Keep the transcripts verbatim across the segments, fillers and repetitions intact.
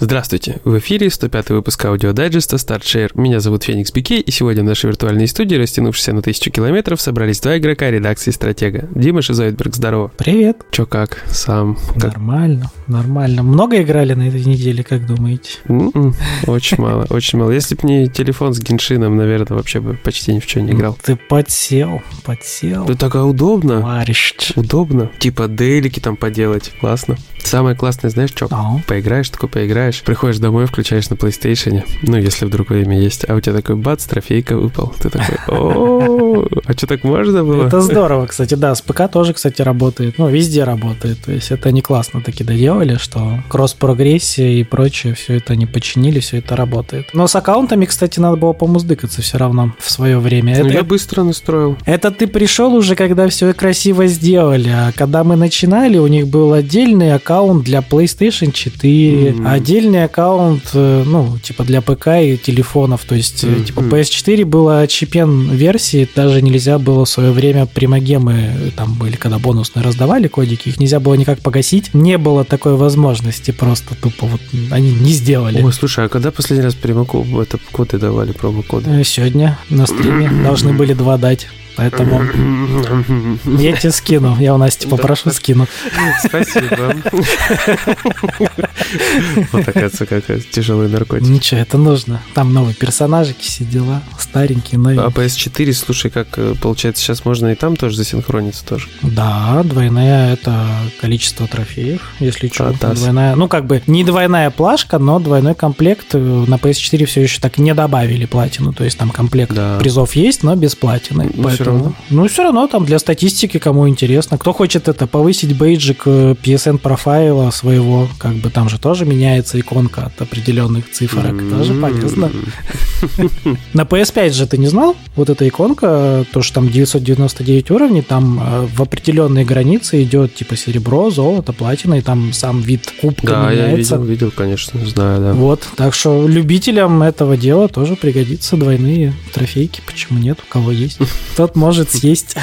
Здравствуйте, в эфире сто пятый выпуск аудиодайджеста StartShare. Меня зовут Феникс Бикей, и сегодня в нашей виртуальной студии, растянувшейся на тысячу километров, собрались два игрока редакции «Стратега». Дима Шизоидберг, здорово. Привет. Чё, как? Сам? Как? Нормально, нормально. Много играли на этой неделе, как думаете? Mm-mm, очень мало, очень мало. Если бы не телефон с Геншином, наверное, вообще бы почти ни в чем не играл. Ты подсел, подсел. Это так удобно. Товарищ. Удобно. Типа дейлики там поделать. Классно. Самое классное, знаешь, что? Ау. Поиграешь, такой поиграешь, приходишь домой, включаешь на PlayStation, ну, если вдруг время есть, а у тебя такой бац, трофейка выпал. Ты такой, о, а что, так можно было? Это здорово, кстати, да, с ПК тоже, кстати, работает, ну, везде работает, то есть это не классно таки доделали, что кросс-прогрессия и прочее, все это они починили, все это работает. Но с аккаунтами, кстати, надо было помуздыкаться все равно в свое время. Ну, это, я быстро настроил. Это ты пришел уже, когда все красиво сделали, а когда мы начинали, у них был отдельный аккаунт для PlayStation четыре, mm-hmm. отдельный аккаунт, ну, типа для ПК и телефонов, то есть, mm-hmm. типа пи эс четыре была чипен-версии, даже нельзя было в свое время примагемы, там были, когда бонусные раздавали кодики, их нельзя было никак погасить, не было такой возможности, просто тупо вот они не сделали. Ой, слушай, а когда последний раз примаку это коды давали, промокоды? Сегодня на стриме должны были два дать. Поэтому я тебе скину. Я у Насти попрошу, скину. Спасибо. Вот, оказывается, как тяжелый наркотик. Ничего, это нужно. Там новые персонажики, все дела. Старенькие, новенькие. А пи эс четыре, слушай, как получается, сейчас можно и там тоже засинхрониться тоже? Да, двойная — это количество трофеев, если что. А, двойная, ну, как бы не двойная плашка, но двойной комплект. На пи эс четыре все еще так не добавили платину. То есть там комплект да. призов есть, но без платины. Все равно. Ну, все равно там для статистики, кому интересно. Кто хочет это повысить бейджик пи эс эн профайла своего, как бы там же тоже меняется иконка от определенных цифрок. Mm-hmm. Тоже полезно. На пи эс пять же ты не знал? Вот эта иконка, то, что там девятьсот девяносто девять уровней, там в определенные границы идет типа серебро, золото, платина, и там сам вид кубка да, меняется. Да, я видел, видел, конечно, знаю, да. Вот, так что любителям этого дела тоже пригодится двойные трофейки. Почему нет? У кого есть? Тот может съесть.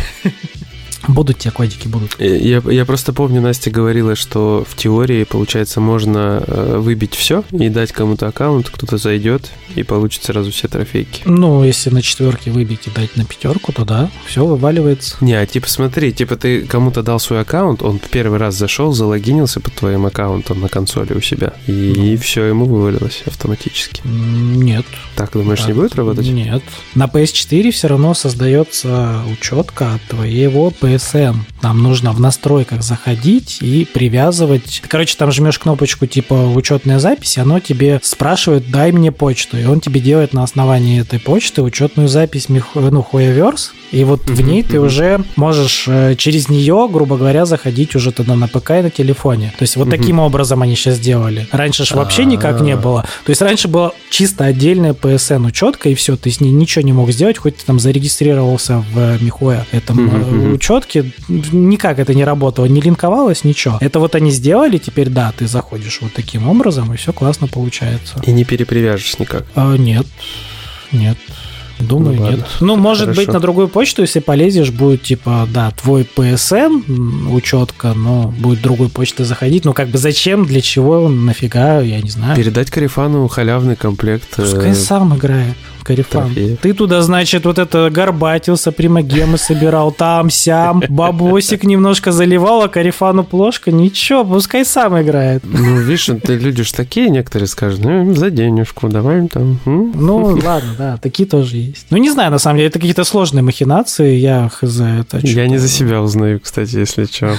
Будут те кодики, будут. Я, я просто помню, Настя говорила, что в теории, получается, можно выбить все и дать кому-то аккаунт, кто-то зайдет и получит сразу все трофейки. Ну, если на четверке выбить и дать на пятерку, то да, все вываливается. Не, а типа смотри, типа ты кому-то дал свой аккаунт, он первый раз зашел, залогинился под твоим аккаунтом на консоли у себя, и, ну. и все, ему вывалилось автоматически. Нет. Так, думаешь, так, не будет работать? Нет. На пи эс четыре все равно создается учетка от твоего пи эс эн. Нам нужно в настройках заходить и привязывать. Короче, там жмешь кнопочку типа учетная запись, и оно тебе спрашивает, дай мне почту. И он тебе делает на основании этой почты учетную запись, ну, Hoyaverse. И вот mm-hmm, в ней mm-hmm. ты уже можешь через нее, грубо говоря, заходить уже тогда на ПК и на телефоне. То есть вот mm-hmm. таким образом они сейчас сделали. Раньше же вообще никак не было. То есть раньше была чисто отдельная пи эс эн учетка, и все, ты с ней ничего не мог сделать, хоть ты там зарегистрировался в Михоя этом mm-hmm. учетке, никак это не работало, не линковалось, ничего. Это вот они сделали, теперь да, ты заходишь вот таким образом, и все классно получается. И не перепривяжешь никак? А, нет, нет. Думаю, ну, нет. Ну, может Хорошо. быть, на другую почту, если полезешь, будет типа, да, твой пи эс эн учетка, но будет другой почтой заходить. Ну, как бы зачем, для чего, нафига, я не знаю. Передать Карифану халявный комплект. Пускай сам играет. Карифан. Трофеев. Ты туда, значит, вот это горбатился, примагемы собирал, там-сям, бабосик немножко заливал, а Карифану плошка, ничего, пускай сам играет. Ну, видишь, ты люди ж такие, некоторые скажут, ну, за денежку, давай там. М? Ну, ладно, да, такие тоже есть. Ну, не знаю, на самом деле, это какие-то сложные махинации, я хз это. Я не за себя узнаю, кстати, если что.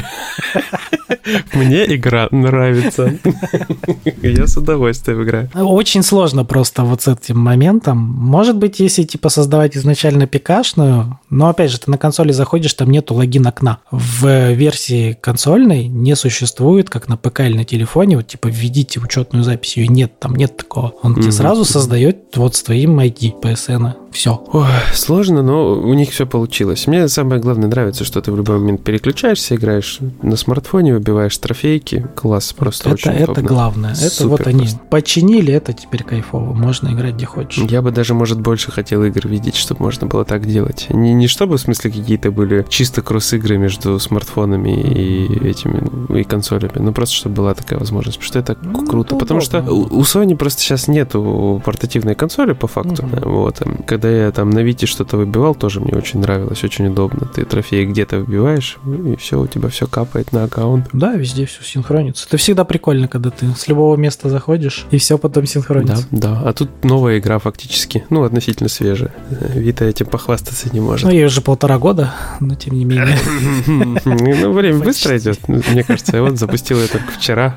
Мне игра нравится. Я с удовольствием играю. Очень сложно просто вот с этим моментом. Может быть, если типа создавать изначально пикашную, но опять же, ты на консоли заходишь, там нету логин окна. В версии консольной не существует, как на ПК или на телефоне, вот типа введите учетную запись, ее нет, там нет такого. Он mm-hmm. тебе сразу создает вот с твоим ай ди пи эс эн. Все. Ой, сложно, но у них все получилось. Мне самое главное нравится, что ты в любой момент переключаешься, играешь на смартфоне, выбиваешь трофейки. Класс, просто это, очень это удобно. Главное. Супер это вот они просто. починили, это теперь кайфово. Можно играть где хочешь. Я бы даже, может, больше хотел игр видеть, чтобы можно было так делать. Не, не чтобы, в смысле, какие-то были чисто кросс-игры между смартфонами и этими, и консолями, но просто, чтобы была такая возможность, потому что это ну, круто. Потому что у, у Sony просто сейчас нету портативной консоли, по факту. Mm-hmm. Вот. Когда я там на Вите что-то выбивал, тоже мне очень нравилось, очень удобно. Ты трофеи где-то выбиваешь, и все, у тебя все капает на аккаунт. Да, везде все синхронится. Это всегда прикольно, когда ты с любого места заходишь, и все потом синхронится. Да, да. А тут новая игра фактически, ну, относительно свежая. Вита этим похвастаться не может. Ну, ей уже полтора года, но тем не менее. Ну, время быстро идет, мне кажется. Я вот запустил ее только вчера.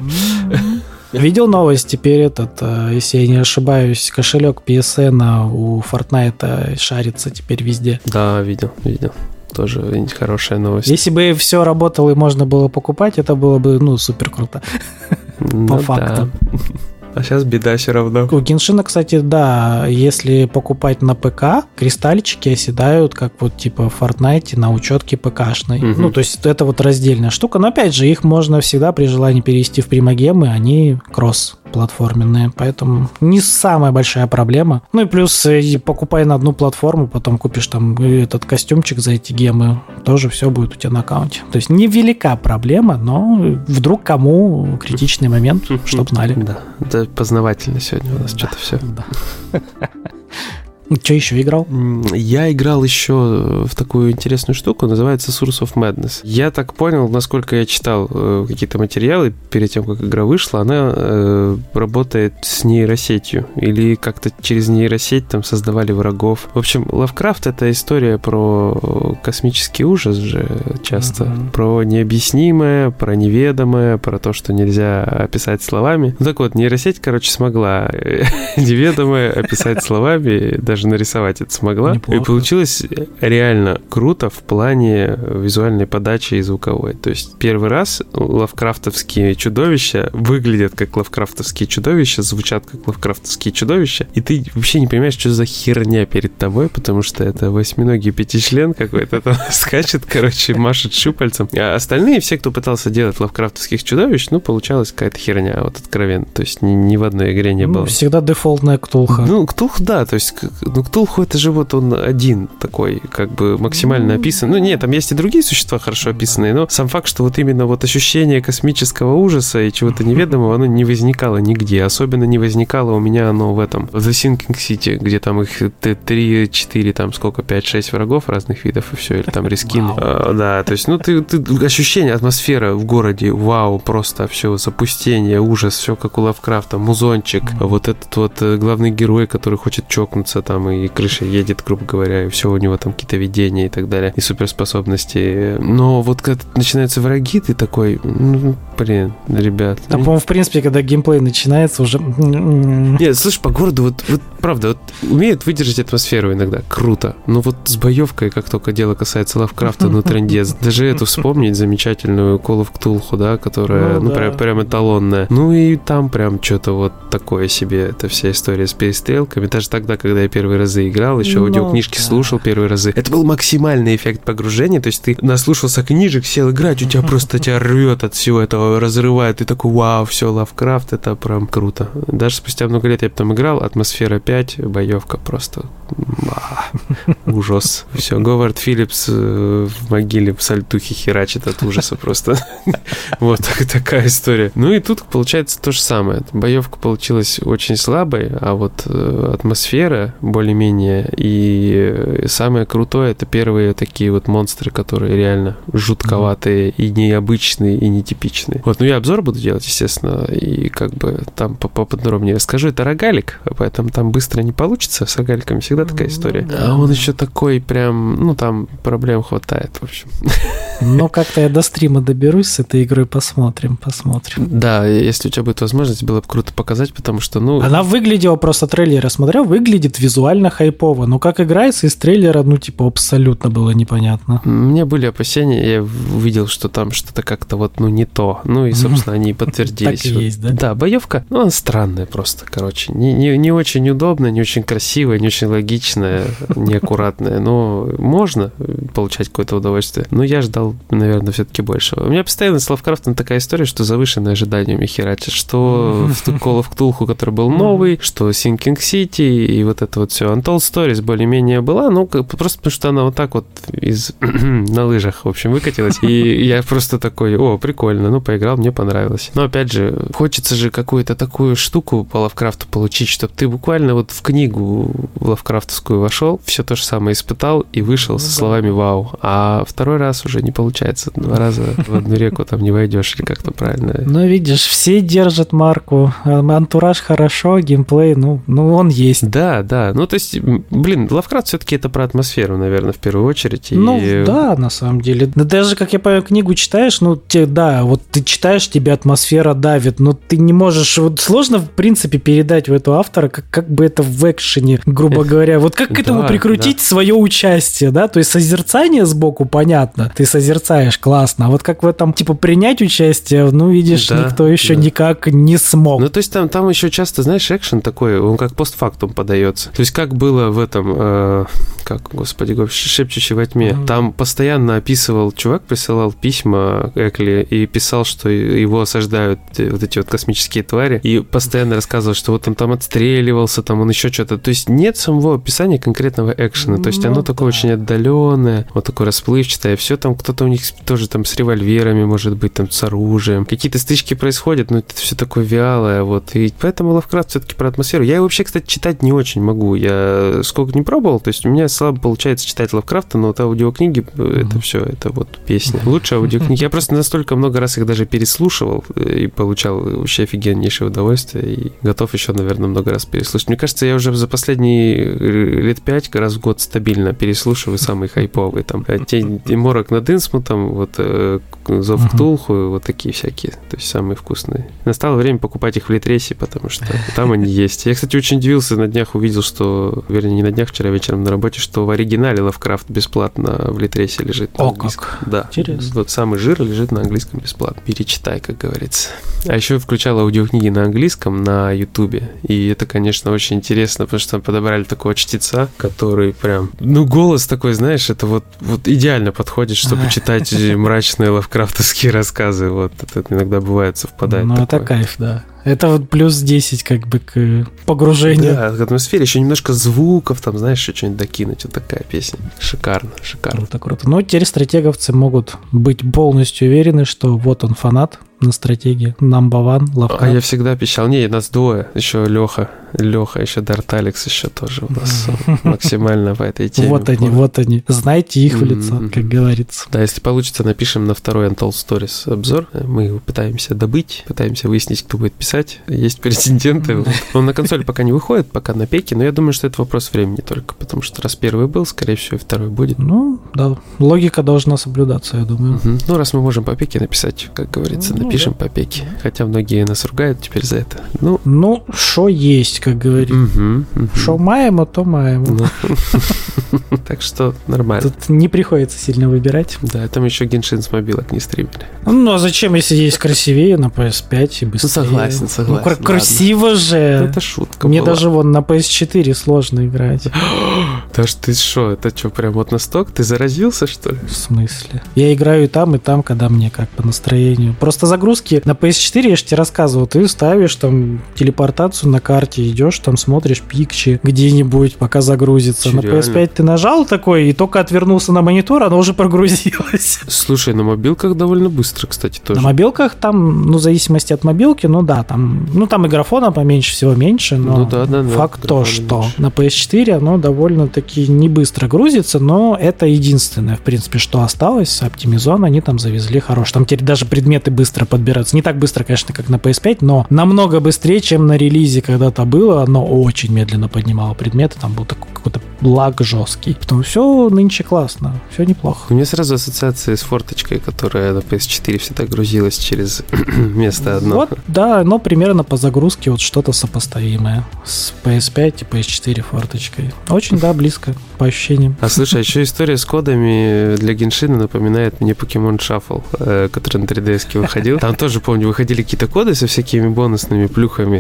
Видел новость, теперь этот, если я не ошибаюсь, кошелек пи эс эн у Fortnite шарится теперь везде. Да, видел, видел. Тоже хорошая новость. Если бы все работало и можно было покупать, это было бы, ну, супер круто. Ну, по факту. Да. А сейчас беда все равно. У Геншина, кстати, да, если покупать на ПК, кристальчики оседают, как вот типа в Fortnite на учетке ПКшной. Угу. Ну, то есть это вот раздельная штука. Но опять же, их можно всегда при желании перевести в примагемы, они кросс-платформенные. Поэтому не самая большая проблема. Ну и плюс, покупай на одну платформу, потом купишь там этот костюмчик за эти гемы, тоже все будет у тебя на аккаунте. То есть невелика проблема, но вдруг кому критичный момент, чтобы знали. Да, это познавательно сегодня у нас да, что-то все. Да. Что еще играл? Я играл еще в такую интересную штуку, называется Source of Madness. Я так понял, насколько я читал э, какие-то материалы перед тем, как игра вышла, она э, работает с нейросетью, или как-то через нейросеть там создавали врагов. В общем, Лавкрафт — это история про космический ужас же часто, mm-hmm. про необъяснимое, про неведомое, про то, что нельзя описать словами. Ну так вот, нейросеть, короче, смогла неведомое описать словами, даже нарисовать это смогла. Неплохо. И получилось реально круто в плане визуальной подачи и звуковой. То есть первый раз лавкрафтовские чудовища выглядят как лавкрафтовские чудовища, звучат как лавкрафтовские чудовища, и ты вообще не понимаешь, что за херня перед тобой, потому что это восьминогий пятичлен какой-то там скачет, короче, машет щупальцем. А остальные, все, кто пытался делать лавкрафтовских чудовищ, ну, получалась какая-то херня, вот откровенно. То есть ни, ни в одной игре не было. Ну, всегда дефолтная Ктулха. Ну, Ктулх, да, то есть ну, Ктулху это же вот он один такой, как бы максимально mm-hmm. описан. Ну, нет, там есть и другие существа хорошо описанные, но сам факт, что вот именно вот ощущение космического ужаса и чего-то неведомого, оно не возникало нигде. Особенно не возникало у меня оно в этом, в The Sinking City, где там их три, четыре, там сколько, пять-шесть врагов разных видов и все, или там рескины. Wow. А, да, то есть, ну, ты, ты ощущение, атмосфера в городе, вау, просто все, запустение, ужас, все как у Лавкрафта, музончик, mm-hmm. вот этот вот главный герой, который хочет чокнуться там, и крыша едет, грубо говоря, и все, у него там какие-то видения и так далее, и суперспособности. Но вот когда начинаются враги, ты такой, ну, блин, ребят. А, по-моему, в принципе, когда геймплей начинается, уже... Нет, слушай, по городу, вот, вот правда, вот умеют выдержать атмосферу иногда, круто. Но вот с боевкой, как только дело касается Лавкрафта, ну, трындец. Даже эту вспомнить замечательную Call of Cthulhu, да, которая, ну, ну да. прям, прям эталонная. Ну, и там прям что-то вот такое себе, эта вся история с перестрелками. Даже тогда, когда я первый разы играл, еще ну, аудиокнижки да. слушал первые разы. Это был максимальный эффект погружения, то есть ты наслушался книжек, сел играть, у тебя просто тебя рвет от всего этого, разрывает, ты такой, вау, все, Лавкрафт, это прям круто. Даже спустя много лет я потом играл, атмосфера пять, боевка просто ужас. Все, Говард Филлипс в могиле в сальтухе херачит от ужаса просто. Вот такая история. Ну и тут получается то же самое. Боевка получилась очень слабой, а вот атмосфера более-менее. И самое крутое — это первые такие вот монстры, которые реально жутковатые и необычные, и нетипичные. Вот, ну я обзор буду делать, естественно, и как бы там поподробнее расскажу. Это рогалик, поэтому там быстро не получится. С рогаликами всегда такая история. Ну, да. А он еще такой прям, ну там проблем хватает, в общем. Ну, как-то я до стрима доберусь с этой игрой, посмотрим, посмотрим. Да, если у тебя будет возможность, было бы круто показать, потому что, ну... Она выглядела, просто трейлер я смотрел, выглядит визуально хайпово, но как играется из трейлера, ну, типа, абсолютно было непонятно. У меня были опасения, я увидел, что там что-то как-то вот, ну, не то. Ну, и, собственно, они подтвердились. Так и есть, да? Да, боевка, ну, она странная просто, короче. Не, не, не очень удобная, не очень красивая, не очень логичная. нелогичное, неаккуратное, но можно получать какое-то удовольствие. Но я ждал, наверное, все-таки большего. У меня постоянно с Лавкрафтом такая история, что завышенные ожидания меня херачат, что в Call of Cthulhu, который был новый, что Sinking City и вот это вот все. Untold Stories более-менее была, ну, просто потому что она вот так вот из на лыжах, в общем, выкатилась. И я просто такой, о, прикольно, ну, поиграл, мне понравилось. Но, опять же, хочется же какую-то такую штуку по Лавкрафту получить, чтобы ты буквально вот в книгу лавкрафтовскую вошел, все то же самое испытал и вышел со словами «Вау». А второй раз уже не получается. Два раза в одну реку там не войдешь, или как-то правильно. Ну, видишь, все держат марку. Антураж хорошо, геймплей, ну, ну он есть. Да, да. Ну, то есть, блин, Лавкрафт все-таки это про атмосферу, наверное, в первую очередь. И... Ну, да, на самом деле. Да даже, как я понимаю, книгу читаешь, ну, те, да, вот ты читаешь, тебе атмосфера давит, но ты не можешь... Вот сложно, в принципе, передать в эту автора, как, как бы это в экшене, грубо говоря. Вот как к этому да, прикрутить да. свое участие, да? То есть созерцание сбоку, понятно, ты созерцаешь, классно. А вот как в этом, типа, принять участие, ну, видишь, да, никто еще да. никак не смог. Ну, то есть там, там еще часто, знаешь, экшен такой, он как постфактум подается. То есть как было в этом, э, как, господи, «Шепчущий во тьме», mm-hmm. там постоянно описывал, чувак присылал письма Экли и писал, что его осаждают вот эти вот космические твари, и постоянно рассказывал, что вот он там отстреливался, там он еще что-то. То есть нет самого описания конкретного экшена, то есть ну, оно да. такое очень отдаленное, вот такое расплывчатое, все там, кто-то у них тоже там с револьверами, может быть, там с оружием. Какие-то стычки происходят, но это все такое вялое, вот. И поэтому Лавкрафт все-таки про атмосферу. Я его вообще, кстати, читать не очень могу. Я сколько не пробовал, то есть у меня слабо получается читать Лавкрафта, но вот аудиокниги, mm-hmm. это все, это вот песня. Лучше аудиокниги. Я просто настолько много раз их даже переслушивал и получал вообще офигеннейшее удовольствие, и готов еще, наверное, много раз переслушать. Мне кажется, я уже за последние лет пять раз в год стабильно переслушиваю самые хайповые. Там «Тень и морок над Инсмутом», вот «Зов Ктулху», вот такие всякие, то есть самые вкусные. Настало время покупать их в Литресе, потому что там они есть. Я, кстати, очень удивился, на днях увидел, что, вернее, не на днях, вчера вечером на работе, что в оригинале Лавкрафт бесплатно в Литресе лежит. О, как! Да. Интересно. Вот самый жир лежит на английском бесплатно. Перечитай, как говорится. А еще включал аудиокниги на английском на Ютубе, и это, конечно, очень интересно, потому что там подобрали такого чтеца, который прям, ну, голос такой, знаешь, это вот, вот идеально подходит, чтобы читать мрачные лавкрафтовские рассказы. Вот это иногда бывает, совпадает. Ну, это кайф, да. Это вот плюс десять как бы к погружению. Да, к атмосфере, еще немножко звуков, там, знаешь, еще что-нибудь докинуть. Вот такая песня. Шикарно, шикарно. Круто, круто. Но теперь стратеговцы могут быть полностью уверены, что вот он фанат на стратегии. Number one, Лавкрафт. А я всегда пищал. Не, нас двое. Еще Леха. Леха, еще Дарт Алекс еще тоже у нас максимально по этой теме. Вот они, вот они. Знайте их в лицо, как говорится. Да, если получится, напишем на второй Untold Stories обзор. Мы его пытаемся добыть, пытаемся выяснить, кто будет писать. Есть претенденты. Он на консоли пока не выходит, пока на пеке, но я думаю, что это вопрос времени только, потому что раз первый был, скорее всего, и второй будет. Ну, да, логика должна соблюдаться, я думаю. Угу. Ну, раз мы можем по пеке написать, как говорится, ну, напишем да. по пеке. Хотя многие нас ругают теперь за это. Ну, ну шо есть, как говорится. Шо угу, угу. маемо, то маемо. Так что нормально. Тут не приходится сильно выбирать. Да, там еще Геншин с мобилок не стримили. Ну, а зачем, если есть красивее на пи эс пять и быстрее? Согласен, согласен. Ну, красиво же. Это шутка Мне была. Даже вон на пи эс четыре сложно играть. Да что ты шо? Это что, прям вот настолько? Ты заразился, что ли? В смысле? Я играю и там, и там, когда мне как по настроению. Просто загрузки на пи эс четыре, я же тебе рассказывал, ты ставишь там телепортацию на карте, идешь там, смотришь пикчи где-нибудь, пока загрузится. Че, на пи эс пять ты нажал такой, и только отвернулся на монитор, оно уже прогрузилось. Слушай, на мобилках довольно быстро, кстати, тоже. На мобилках там, ну, в зависимости от мобилки, ну да, там, ну, там и графона поменьше всего меньше, но ну, да, да, факт да, то, что меньше. На пи эс четыре оно довольно-таки не быстро грузится, но это единственное, в принципе, что осталось. Оптимизон они там завезли хороший. Там теперь даже предметы быстро подбираются. Не так быстро, конечно, как на пи эс пять, но намного быстрее, чем на релизе когда-то было. Оно очень медленно поднимало предметы. Там был такой какой-то лаг жесткий. Потом все нынче классно, все неплохо. У меня сразу ассоциации с форточкой, которая на пи эс четыре всегда грузилась через место одно. Вот, да, но примерно по загрузке вот что-то сопоставимое с пи эс пять и пи эс четыре форточкой. Очень, да, близко по ощущениям. А слушай, еще история с кодами для Геншина напоминает мне Pokemon Shuffle, который на три ди эс выходил. Там тоже, помню, выходили какие-то коды со всякими бонусными плюхами,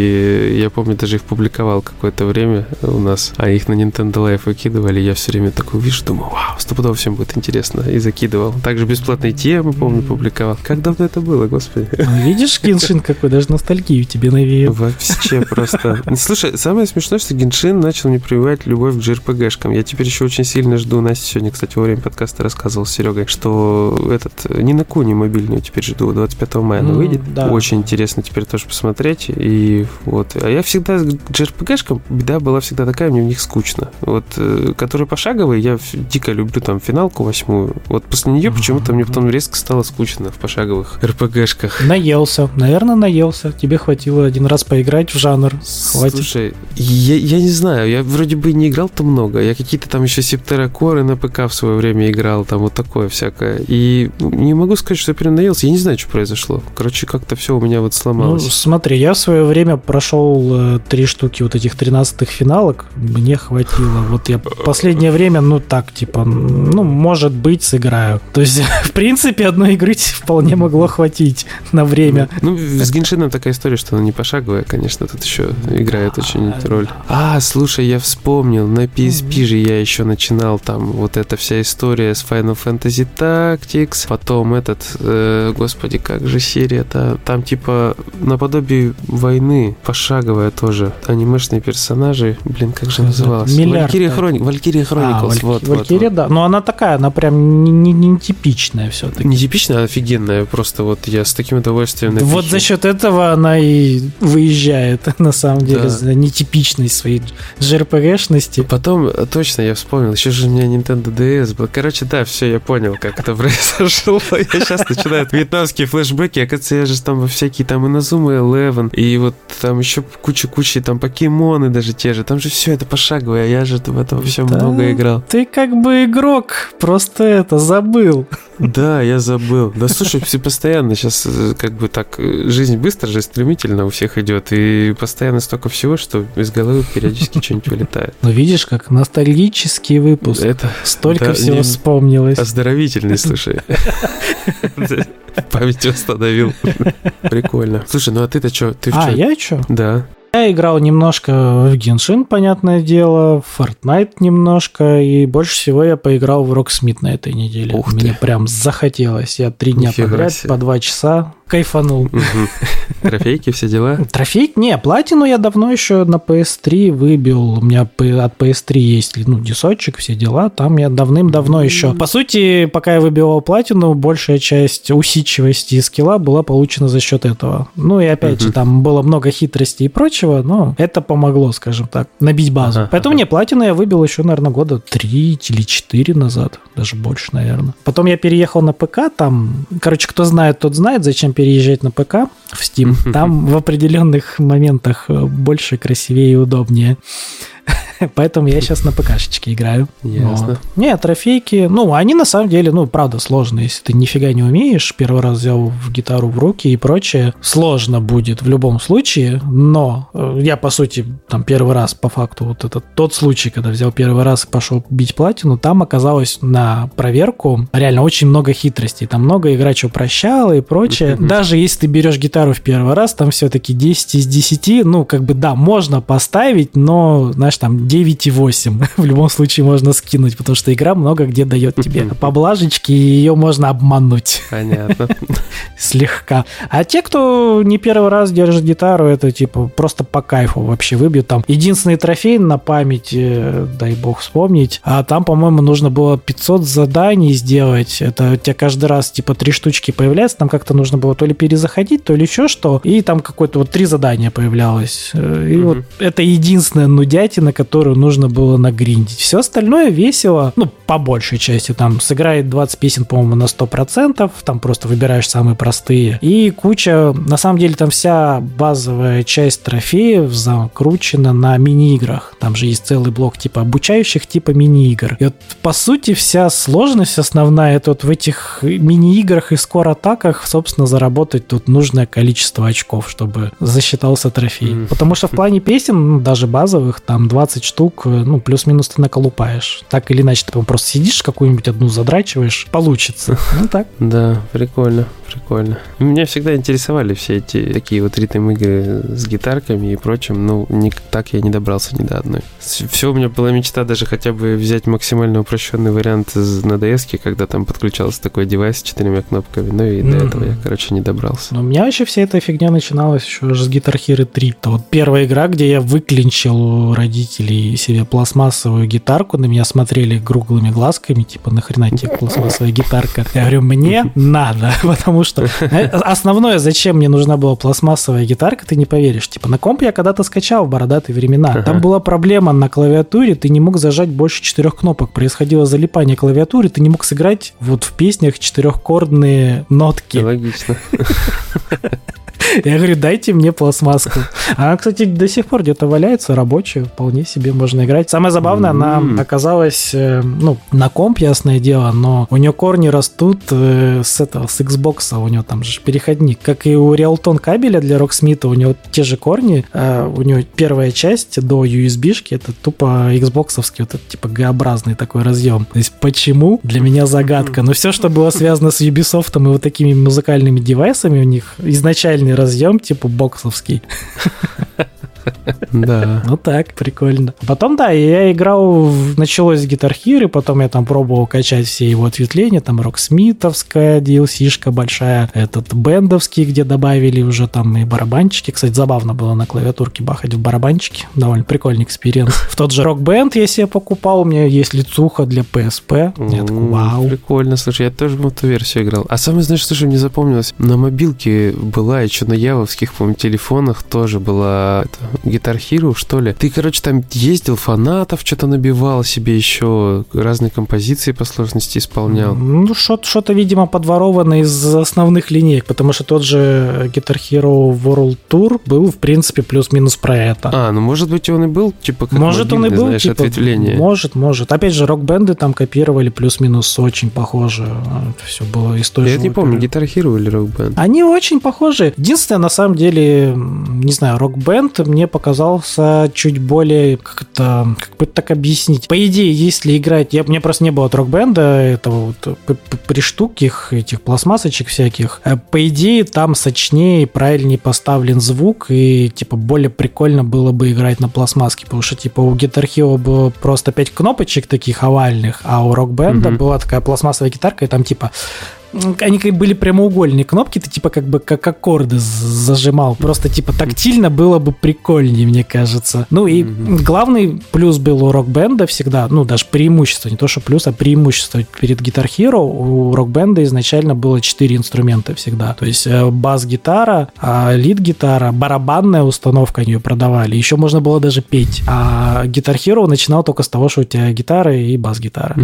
и я помню, даже их публиковал какое-то время у нас, а их на Nintendo Life выкидывали, я все время такой вижу, думаю, вау, стопудово всем будет интересно, и закидывал. Также бесплатные темы, помню, публиковал. Как давно это было, господи. Видишь, Геншин какой, даже ностальгию тебе навеял. Вообще просто. Слушай, самое смешное, что Геншин начал мне прививать любовь к джей ар пи джи-шкам. Я теперь еще очень сильно жду, Настя сегодня, кстати, во время подкаста рассказывал с Серегой, что этот Ни на Куни мобильную теперь жду, двадцать пятого мая она выйдет. Да. Очень интересно теперь тоже посмотреть. И вот. А я всегда к джей ар пи джи-шкам, беда была всегда такая, мне в них скучно. Вот, которые пошаговые, я дико люблю там финалку восьмую. Вот после нее почему-то мне потом резко стало скучно в пошаговых эр пи джи-шках. Наелся. Наверное, наелся. Тебе хватило один раз поиграть в жанр. Хватит. Слушай, я, я не знаю, я вроде бы не играл-то много. Я какие-то там еще Септера Коры на ПК в свое время играл, там вот такое всякое. И не могу сказать, что я прям наелся. Я не знаю, что произошло. Короче, как-то все у меня вот сломалось. Ну, смотри, я в свое время прошел э, три штуки вот этих тринадцатых финалок. Мне хватило. Вот я последнее время, ну так, типа, ну, может быть, сыграю. То есть, в принципе, одной игры вполне могло хватить на время. Ну, ну с Геншином такая история, что она не пошаговая, конечно, тут еще играет очень роль. А, слушай, я вспомнил, на пи эс пи же я еще начинал там вот эта вся история с Final Fantasy Tactics, потом этот, э, господи, как же серия-то, там типа наподобие войны, пошаговая тоже, анимешные персонажи, блин, как же называлась? Валькирия Хроник, Валькирия Хрониклс, вот. Валькирия, да, но она такая, она прям не, не, не типичная все-таки. Не типичная, а офигенная, просто вот я с таким удовольствием напишу. Вот за счет этого она и выезжает, на самом деле, да. За нетипичность своей джей ар пи джи-шности. Потом, точно, я вспомнил, еще же у меня Nintendo ди эс был. Короче, да, все, я понял, как это произошло. Я сейчас начинаю вьетнамские флешбеки, оказывается, я же там во всякие там Иназума Eleven, и вот там еще куча-куча, там покемоны даже те же, там же все это пошаговое, а я же в это все да, много играл. Ты как бы игрок, просто это, забыл. Да, я забыл. Да, слушай, постоянно сейчас как бы так, жизнь быстро же, стремительно у всех идет, и постоянно столько всего, что из головы периодически что-нибудь вылетает. Ну, видишь, как ностальгический выпуск. Это, столько да, всего вспомнилось. Оздоровительный, слушай. Память восстановил. Прикольно. Слушай, ну а ты-то что? А, я что? Да. Я играл немножко в Genshin, понятное дело, в Fortnite немножко, и больше всего я поиграл в Rocksmith на этой неделе. Ух Мне ты. Прям захотелось. Я три дня Нифига подряд, себе. По два часа кайфанул. Трофейки, все дела? Трофейк? Не, платину я давно еще на пи эс три выбил. У меня от пи эс три есть, ну, дисочек, все дела. Там я давным-давно еще. По сути, пока я выбивал платину, большая часть усидчивости и скилла была получена за счет этого. Ну, и опять же, там было много хитрости и прочего, но это помогло, скажем так, набить базу. Ага, Поэтому ага. не, платину я выбил еще, наверное, года три или четыре назад. Даже больше, наверное. Потом я переехал на ПК, там, короче, кто знает, тот знает, зачем переезжать на ПК в Steam. Там в определенных моментах больше, красивее и удобнее. Поэтому я сейчас на ПКшечке играю. Ясно. Вот. Не, трофейки, ну, они на самом деле, ну, правда, сложные. Если ты нифига не умеешь, первый раз взял гитару в руки и прочее, сложно будет в любом случае, но я, по сути, там первый раз, по факту, вот этот тот случай, когда взял первый раз и пошел бить платину, там оказалось на проверку реально очень много хитростей. Там много играч упрощала и прочее. Даже если ты берешь гитару в первый раз, там все-таки десять из десяти, ну, как бы, да, можно поставить, но, знаешь, там девять и восемь в любом случае можно скинуть, потому что игра много где дает тебе поблажечки, и ее можно обмануть. Понятно. Слегка. А те, кто не первый раз держит гитару, это типа просто по кайфу вообще выбьют. Там единственный трофей на память, дай бог вспомнить, а там, по-моему, нужно было пятьсот заданий сделать. Это у тебя каждый раз типа три штучки появляется, там как-то нужно было то ли перезаходить, то ли еще что, и там какое-то вот три задания появлялось. И mm-hmm. вот это единственная нудятина, которая которую нужно было нагриндить. Все остальное весело, ну, по большей части. Там сыграет двадцать песен, по-моему, на сто процентов, там просто выбираешь самые простые. И куча, на самом деле, там вся базовая часть трофеев закручена на мини-играх. Там же есть целый блок типа обучающих, типа мини-игр. И вот, по сути, вся сложность основная, это вот в этих мини-играх и скор-атаках, собственно, заработать тут нужное количество очков, чтобы засчитался трофей. Mm. Потому что в плане песен, ну, даже базовых, там двадцать штук, ну, плюс-минус ты наколупаешь. Так или иначе, ты просто сидишь, какую-нибудь одну задрачиваешь, получится. Ну, так. Да, прикольно, прикольно. Меня всегда интересовали все эти такие вот ритм-игры с гитарками и прочим, но ни, так я не добрался ни до одной. Все, у меня была мечта даже хотя бы взять максимально упрощенный вариант на ди эс-ке, когда там подключался такой девайс с четырьмя кнопками, но и mm-hmm. до этого я, короче, не добрался. Но у меня вообще вся эта фигня начиналась еще с Guitar Hero три. Это вот первая игра, где я выклинчил у родителей себе пластмассовую гитарку, на меня смотрели круглыми глазками, типа, нахрена тебе пластмассовая гитарка? Я говорю, мне надо, потому что основное, зачем мне нужна была пластмассовая гитарка, ты не поверишь. Типа, на комп я когда-то скачал в бородатые времена. Там была проблема на клавиатуре, ты не мог зажать больше четырех кнопок. Происходило залипание клавиатуры, ты не мог сыграть вот в песнях четырехкордные нотки. Логично. Я говорю, дайте мне пластмасску. Она, кстати, до сих пор где-то валяется, рабочая, вполне себе можно играть. Самое забавное, mm-hmm. она оказалась, ну, на комп, ясное дело, но у нее корни растут с этого, с Xbox, у нее там же переходник. Как и у Realton кабеля для Rocksmith, у него те же корни, у него первая часть до ю эс би-шки, это тупо Xbox-овский, вот этот типа Г-образный такой разъем. То есть почему? Для меня загадка. Но все, что было связано с Ubisoft и вот такими музыкальными девайсами, у них изначальный разъем типа боксовский. Да. Ну так, прикольно. Потом, да, я играл, началось с Guitar Hero, потом я там пробовал качать все его ответвления, там Rocksmith-овская ди эл си-шка большая, этот бендовский, где добавили уже там и барабанчики. Кстати, забавно было на клавиатурке бахать в барабанчики. Довольно прикольный экспириенс. В тот же Rock Band я себе покупал, у меня есть лицуха для пи эс пи. Я такой, вау. Прикольно, слушай, я тоже в эту версию играл. А самое, знаешь, что же мне запомнилось? На мобилке была, еще на явовских, по-моему, телефонах тоже была Guitar Hero, что ли. Ты, короче, там ездил, фанатов что-то набивал себе еще, разные композиции по сложности исполнял. Ну, что-то, видимо, подворовано из основных линеек, потому что тот же Guitar Hero World Tour был, в принципе, плюс-минус про это. А, ну, может быть, он и был, типа, как может, мобильный, он и был, знаешь, типа, ответвление. Может, может. Опять же, рок-бенды там копировали плюс-минус очень похоже. Это все было из той Я же не помню, оперы. Guitar Hero или Rock Band. Они очень похожи. Единственное, на самом деле, не знаю, рок-бенд мне показался чуть более, как это, как бы так объяснить. По идее, если играть, я, у меня просто не было от рок-бенда, этого вот приштуких, этих пластмассочек всяких, по идее, там сочнее, правильнее поставлен звук, и, типа, более прикольно было бы играть на пластмасске, потому что, типа, у Guitar Hero было просто пять кнопочек таких овальных, а у рок-бенда mm-hmm. была такая пластмассовая гитарка, и там, типа, они как были прямоугольные кнопки, ты типа как бы как аккорды зажимал. Просто типа тактильно было бы прикольнее, мне кажется. Ну и mm-hmm. главный плюс был у рок-бенда всегда, ну даже преимущество, не то что плюс, а преимущество перед Guitar Hero. У рок-бенда изначально было четыре инструмента всегда. То есть бас-гитара, лид-гитара, барабанная установка они ее продавали. Еще можно было даже петь. А Guitar Hero начинал только с того, что у тебя гитара и бас-гитара.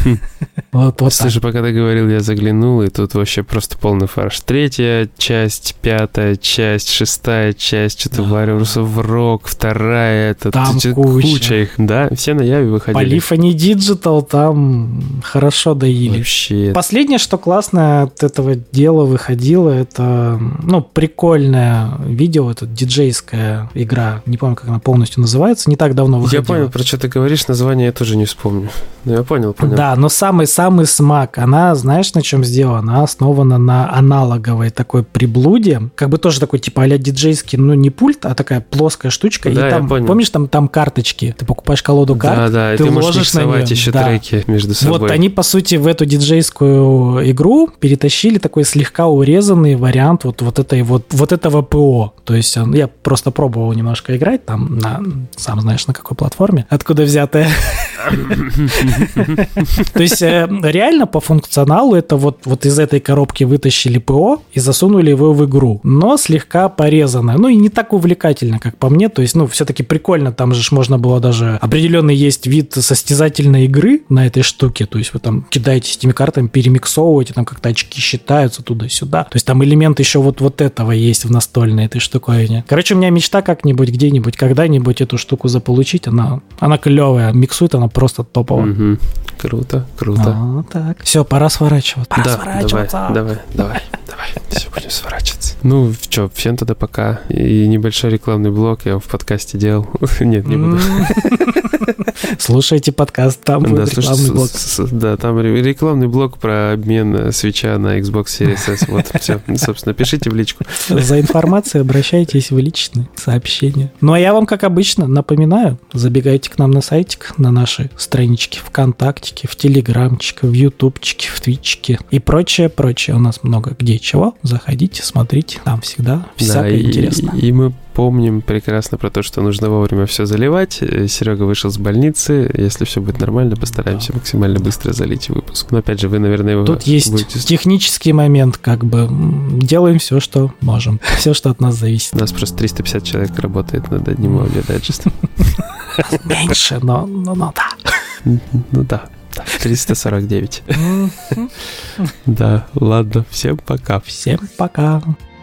Слушай, пока ты говорил, я заглянул, и тут вообще просто полный фарш. Третья часть, пятая часть, шестая часть, что-то да. Warriors of Rock, вторая, это там куча. куча их, да, все на Яве выходили. Polyphony Digital там хорошо доили. Вообще. Последнее, что классно от этого дела выходило, это, ну, прикольное видео, это диджейская игра, не помню, как она полностью называется, не так давно выходила. Я понял, про что ты говоришь, название я тоже не вспомню. Но я понял, понял. Да, но самый-самый смак, она, знаешь, на чем сделана? Она основана на аналоговой такой приблуде, как бы тоже такой типа а-ля диджейский, ну не пульт, а такая плоская штучка, да, и там, помнишь, там, там карточки, ты покупаешь колоду карт, да, да, ты, ты ложишь можешь на нее еще да. треки между собой. Вот они, по сути, в эту диджейскую игру перетащили такой слегка урезанный вариант вот, вот, этой, вот, вот этого ПО, то есть я просто пробовал немножко играть там, на, сам знаешь, на какой платформе, откуда взятая. То есть реально по функционалу это вот вот из этой коробки вытащили ПО и засунули его в игру, но слегка порезанное. Ну и не так увлекательно, как по мне. То есть, ну, все-таки прикольно, там же можно было даже... Определенный есть вид состязательной игры на этой штуке. То есть вы там кидаете с этими картами, перемиксовываете, там как-то очки считаются туда-сюда. То есть там элемент еще вот, вот этого есть в настольной этой штуковине. Короче, у меня мечта как-нибудь, где-нибудь, когда-нибудь эту штуку заполучить. Она, она клевая, миксует она просто топово. Угу. Круто, круто. А, так. Все, пора сворачиваться. Пора да, сворачиваться. Давай, давай, давай, давай. Все, будем сворачиваться. Ну, что, всем тогда пока. И небольшой рекламный блок я в подкасте делал. Нет, не буду. Слушайте подкаст, там будет рекламный блок. Да, там рекламный блок про обмен свитча на Xbox Series S. Вот, все, собственно, пишите в личку. За информацией обращайтесь в личные сообщения. Ну, а я вам, как обычно, напоминаю, забегайте к нам на сайтик, на наши странички ВКонтактике, в Телеграмчике, в Ютубчике, в Твитчике и прочее, прочее. У нас много где чего. Заходите, смотрите, там всегда всякое да, интересно. И, и мы помним прекрасно про то, что нужно вовремя все заливать. Серега вышел с больницы. Если все будет нормально, постараемся максимально быстро залить выпуск. Но опять же, вы, наверное, его Тут есть будете... технический момент, как бы делаем все, что можем. Все, что от нас зависит. У нас просто триста пятьдесят человек работает над одним аудиодайджестом. Меньше, но, но, но да. Ну да. триста сорок девять. Да, ладно. Всем пока. Всем пока.